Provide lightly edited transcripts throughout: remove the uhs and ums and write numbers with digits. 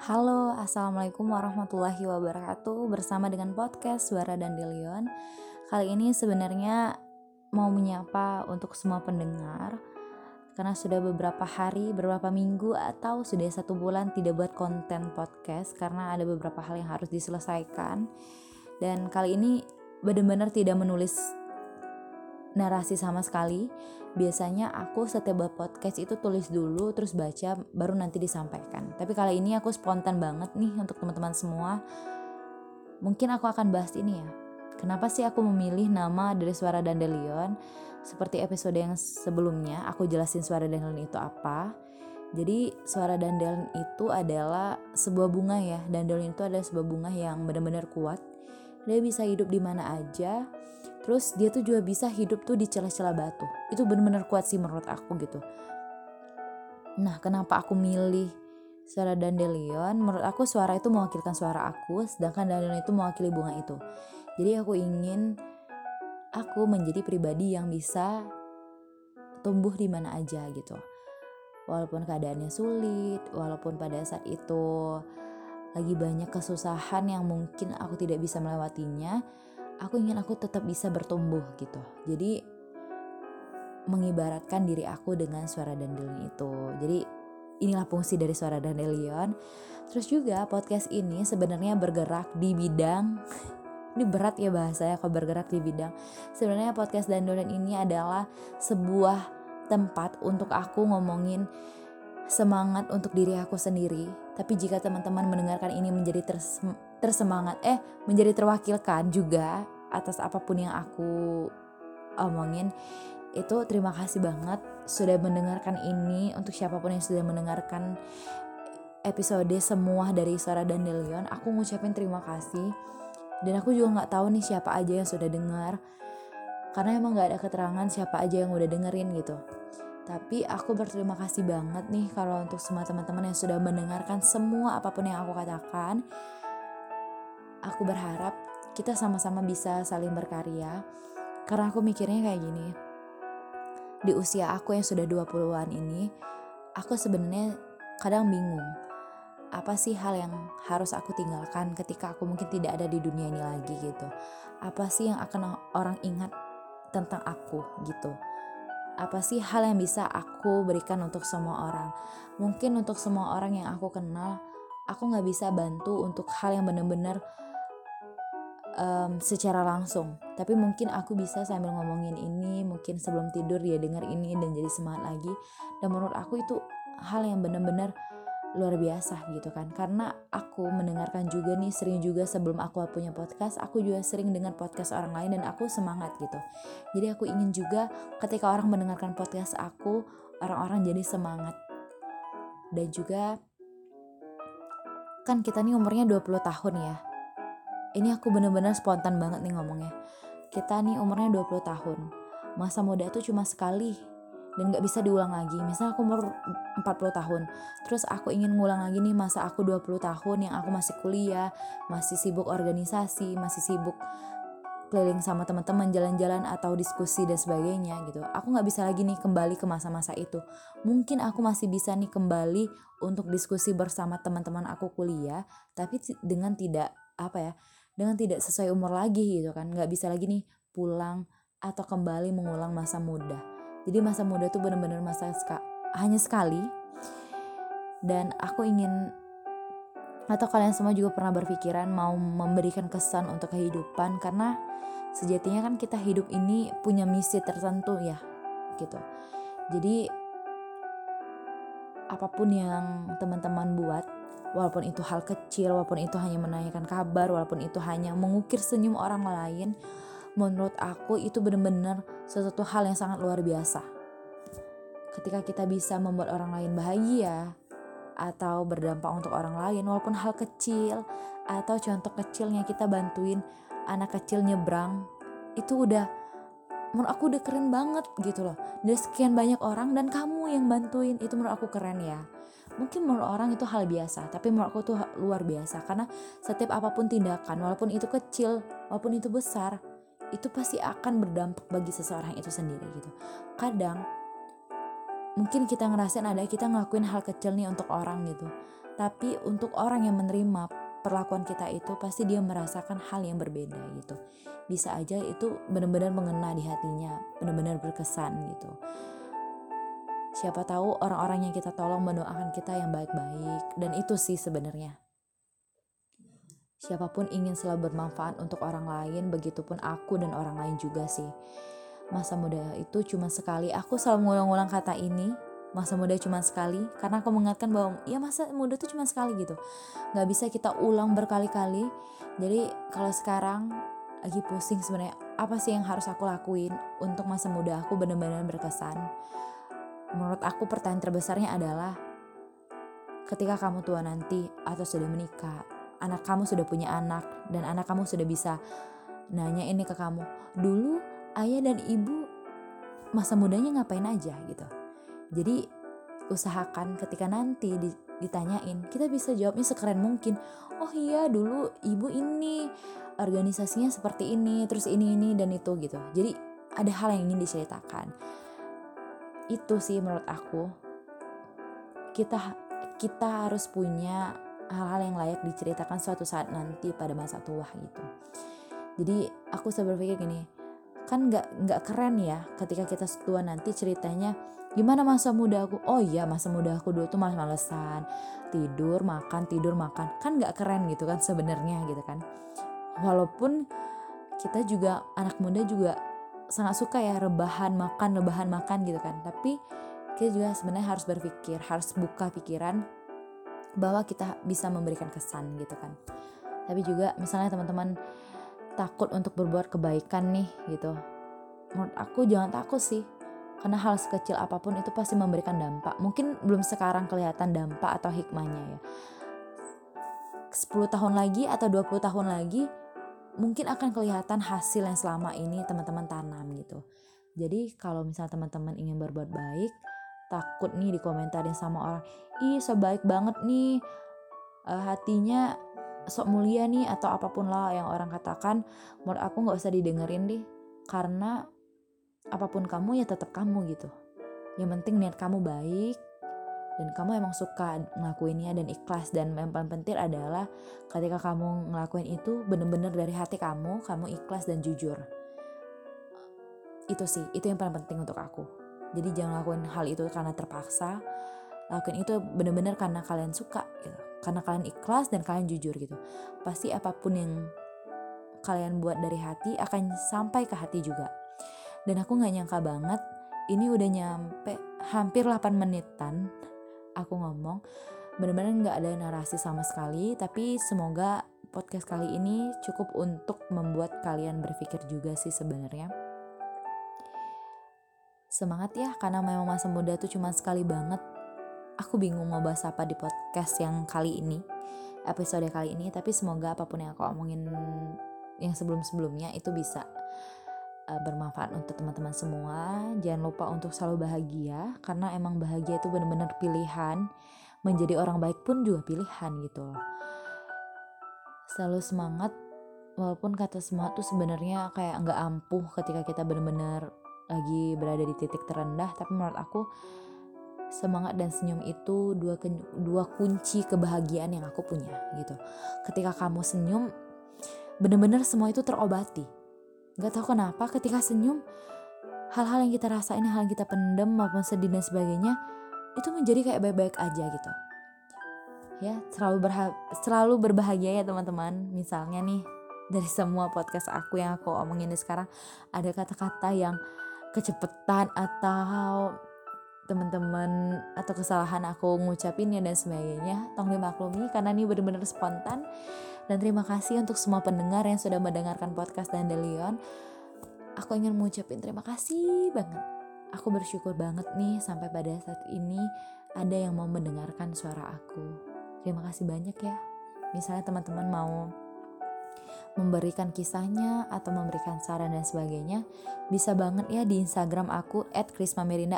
Halo, Assalamualaikum warahmatullahi wabarakatuh. Bersama dengan podcast Suara Dandelion. Kali ini sebenarnya mau menyapa untuk semua pendengar, karena sudah beberapa hari, beberapa minggu, atau sudah 1 bulan tidak buat konten podcast karena ada beberapa hal yang harus diselesaikan. Dan kali ini benar-benar tidak menulis narasi sama sekali. Biasanya aku setiap buat podcast itu tulis dulu terus baca baru nanti disampaikan. Tapi kali ini aku spontan banget nih untuk teman-teman semua. Mungkin aku akan bahas ini ya. Kenapa sih aku memilih nama dari Suara Dandelion? Seperti episode yang sebelumnya aku jelasin Suara Dandelion itu apa. Jadi Suara Dandelion itu adalah sebuah bunga ya. Dandelion itu adalah sebuah bunga yang benar-benar kuat. Dia bisa hidup di mana aja. Terus dia tuh juga bisa hidup tuh di celah-celah batu. Itu benar-benar kuat sih menurut aku gitu. Nah, kenapa aku milih Suara Dandelion? Menurut aku suara itu mewakilkan suara aku, sedangkan dandelion itu mewakili bunga itu. Jadi aku ingin aku menjadi pribadi yang bisa tumbuh di mana aja gitu. Walaupun keadaannya sulit, walaupun pada saat itu lagi banyak kesusahan yang mungkin aku tidak bisa melewatinya, aku ingin aku tetap bisa bertumbuh gitu. Jadi mengibaratkan diri aku dengan Suara Dandelion itu. Jadi inilah fungsi dari Suara Dandelion. Terus juga podcast ini sebenarnya bergerak di bidang ini berat ya bahasanya kalau bergerak di bidang. Sebenarnya podcast Dandelion ini adalah sebuah tempat untuk aku ngomongin semangat untuk diri aku sendiri. Tapi jika teman-teman mendengarkan ini menjadi menjadi terwakilkan juga atas apapun yang aku omongin, itu terima kasih banget sudah mendengarkan ini. Untuk siapapun yang sudah mendengarkan episode semua dari Suara Dandelion, aku ngucapin terima kasih. Dan aku juga gak tahu nih siapa aja yang sudah dengar, karena emang gak ada keterangan siapa aja yang udah dengerin gitu. Tapi aku berterima kasih banget nih kalau untuk semua teman-teman yang sudah mendengarkan semua apapun yang aku katakan. Aku berharap kita sama-sama bisa saling berkarya, karena aku mikirnya kayak gini. Di usia aku yang sudah 20-an ini, aku sebenarnya kadang bingung. Apa sih hal yang harus aku tinggalkan ketika aku mungkin tidak ada di dunia ini lagi gitu. Apa sih yang akan orang ingat tentang aku gitu. Apa sih hal yang bisa aku berikan untuk semua orang. Mungkin untuk semua orang yang aku kenal, aku gak bisa bantu untuk hal yang benar-benar secara langsung. Tapi mungkin aku bisa sambil ngomongin ini, mungkin sebelum tidur dia dengar ini dan jadi semangat lagi. Dan menurut aku itu hal yang benar-benar luar biasa gitu kan. Karena aku mendengarkan juga nih, sering juga sebelum aku punya podcast, aku juga sering dengar podcast orang lain dan aku semangat gitu. Jadi aku ingin juga ketika orang mendengarkan podcast aku, orang-orang jadi semangat. Dan juga kan kita nih umurnya 20 tahun ya. Ini aku bener-bener spontan banget nih ngomongnya. Kita nih umurnya 20 tahun. Masa muda tuh cuma sekali dan gak bisa diulang lagi. Misalnya aku umur 40 tahun, terus aku ingin ngulang lagi nih masa aku 20 tahun yang aku masih kuliah, masih sibuk organisasi, masih sibuk keliling sama teman-teman, jalan-jalan atau diskusi dan sebagainya gitu. Aku gak bisa lagi nih kembali ke masa-masa itu. Mungkin aku masih bisa nih kembali untuk diskusi bersama teman-teman aku kuliah, tapi dengan tidak dengan tidak sesuai umur lagi gitu kan. Gak bisa lagi nih pulang atau kembali mengulang masa muda. Jadi masa muda tuh benar-benar hanya sekali. Dan aku ingin, atau kalian semua juga pernah berpikiran mau memberikan kesan untuk kehidupan, karena sejatinya kan kita hidup ini punya misi tertentu ya gitu. Jadi apapun yang teman-teman buat, walaupun itu hal kecil, walaupun itu hanya menanyakan kabar, walaupun itu hanya mengukir senyum orang lain, menurut aku itu benar-benar sesuatu hal yang sangat luar biasa. Ketika kita bisa membuat orang lain bahagia atau berdampak untuk orang lain, walaupun hal kecil atau contoh kecilnya kita bantuin anak kecil nyebrang, itu udah, menurut aku udah keren banget gitu loh. Dari sekian banyak orang dan kamu yang bantuin, itu menurut aku keren ya. Mungkin menurut orang itu hal biasa, tapi menurut aku tuh luar biasa. Karena setiap apapun tindakan, walaupun itu kecil, walaupun itu besar, itu pasti akan berdampak bagi seseorang itu sendiri gitu. Kadang mungkin kita ngerasain ada kita ngelakuin hal kecil nih untuk orang gitu, Tapi untuk orang yang menerima perlakuan kita itu pasti dia merasakan hal yang berbeda gitu. Bisa aja itu benar-benar mengena di hatinya, benar-benar berkesan gitu. Siapa tahu orang-orang yang kita tolong mendoakan kita yang baik-baik, dan itu sih sebenarnya. Siapapun ingin selalu bermanfaat untuk orang lain, begitupun aku dan orang lain juga sih. Masa muda itu cuma sekali, aku selalu ngulang-ngulang kata ini, masa muda cuma sekali, karena aku mengingatkan bahwa ya masa muda itu cuma sekali gitu. Gak bisa kita ulang berkali-kali. Jadi kalau sekarang lagi pusing sebenarnya, apa sih yang harus aku lakuin untuk masa muda aku benar-benar berkesan. Menurut aku pertanyaan terbesarnya adalah ketika kamu tua nanti atau sudah menikah, anak kamu sudah punya anak, dan anak kamu sudah bisa nanya ini ke kamu, dulu ayah dan ibu masa mudanya ngapain aja gitu. Jadi usahakan ketika nanti ditanyain, kita bisa jawabnya sekeren mungkin. Oh iya, dulu ibu ini organisasinya seperti ini, terus ini dan itu gitu. Jadi ada hal yang ingin diceritakan. Itu sih menurut aku, kita harus punya hal-hal yang layak diceritakan suatu saat nanti pada masa tua gitu. Jadi aku selalu berpikir gini, kan nggak keren ya ketika kita tua nanti ceritanya gimana masa muda aku. Oh iya, masa muda aku dulu tuh males-malesan, tidur makan, kan nggak keren gitu kan sebenarnya gitu kan. Walaupun kita juga anak muda juga sangat suka ya rebahan makan gitu kan, tapi kita juga sebenarnya harus berpikir, harus buka pikiran bahwa kita bisa memberikan kesan gitu kan. Tapi juga misalnya teman-teman takut untuk berbuat kebaikan nih gitu, menurut aku jangan takut sih, karena hal sekecil apapun itu pasti memberikan dampak. Mungkin belum sekarang kelihatan dampak atau hikmahnya ya, 10 tahun lagi atau 20 tahun lagi mungkin akan kelihatan hasil yang selama ini teman-teman tanam gitu. Jadi kalau misalnya teman-teman ingin berbuat baik, takut nih dikomentarin sama orang, ih so baik banget nih, hatinya sok mulia nih, atau apapun lah yang orang katakan, menurut aku gak usah didengerin deh. Karena apapun kamu ya tetap kamu gitu. Yang penting niat kamu baik, dan kamu emang suka ngelakuinnya dan ikhlas. Dan yang paling penting adalah ketika kamu ngelakuin itu bener-bener dari hati kamu ikhlas dan jujur. Itu sih, itu yang paling penting untuk aku. Jadi jangan lakuin hal itu karena terpaksa, lakuin itu bener-bener karena kalian suka gitu, karena kalian ikhlas dan kalian jujur gitu. Pasti apapun yang kalian buat dari hati akan sampai ke hati juga. Dan aku gak nyangka banget, ini udah nyampe hampir 8 menitan aku ngomong, benar-benar nggak ada narasi sama sekali. Tapi semoga podcast kali ini cukup untuk membuat kalian berpikir juga sih sebenarnya. Semangat ya, karena memang masa muda tuh cuma sekali banget. Aku bingung mau bahas apa di podcast yang kali ini, episode kali ini. Tapi semoga apapun yang aku omongin yang sebelum-sebelumnya itu bisa bermanfaat untuk teman-teman semua. Jangan lupa untuk selalu bahagia, karena emang bahagia itu benar-benar pilihan. Menjadi orang baik pun juga pilihan gitu loh. Selalu semangat, walaupun kata semangat tuh sebenarnya kayak nggak ampuh ketika kita benar-benar lagi berada di titik terendah. Tapi menurut aku semangat dan senyum itu dua kunci kebahagiaan yang aku punya gitu. Ketika kamu senyum, benar-benar semua itu terobati. Gak tahu kenapa ketika senyum, hal-hal yang kita rasain, hal yang kita pendam maupun sedih dan sebagainya, itu menjadi kayak baik-baik aja gitu. Ya, selalu berbahagia ya teman-teman. Misalnya nih, dari semua podcast aku yang aku omongin sekarang, ada kata-kata yang kecepetan atau teman-teman atau kesalahan aku ngucapinnya dan sebagainya, tolong dimaklumi karena ini benar-benar spontan. Dan terima kasih untuk semua pendengar yang sudah mendengarkan podcast Dandelion. Aku ingin mengucapin terima kasih banget. Aku bersyukur banget nih sampai pada saat ini ada yang mau mendengarkan suara aku. Terima kasih banyak ya. Misalnya teman-teman mau memberikan kisahnya atau memberikan saran dan sebagainya, bisa banget ya di Instagram aku @krismamerinda_.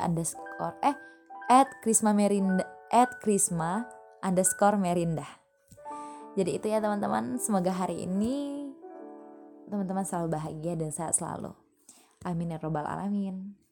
Jadi itu ya teman-teman, semoga hari ini teman-teman selalu bahagia dan sehat selalu. Amin ya robbal alamin.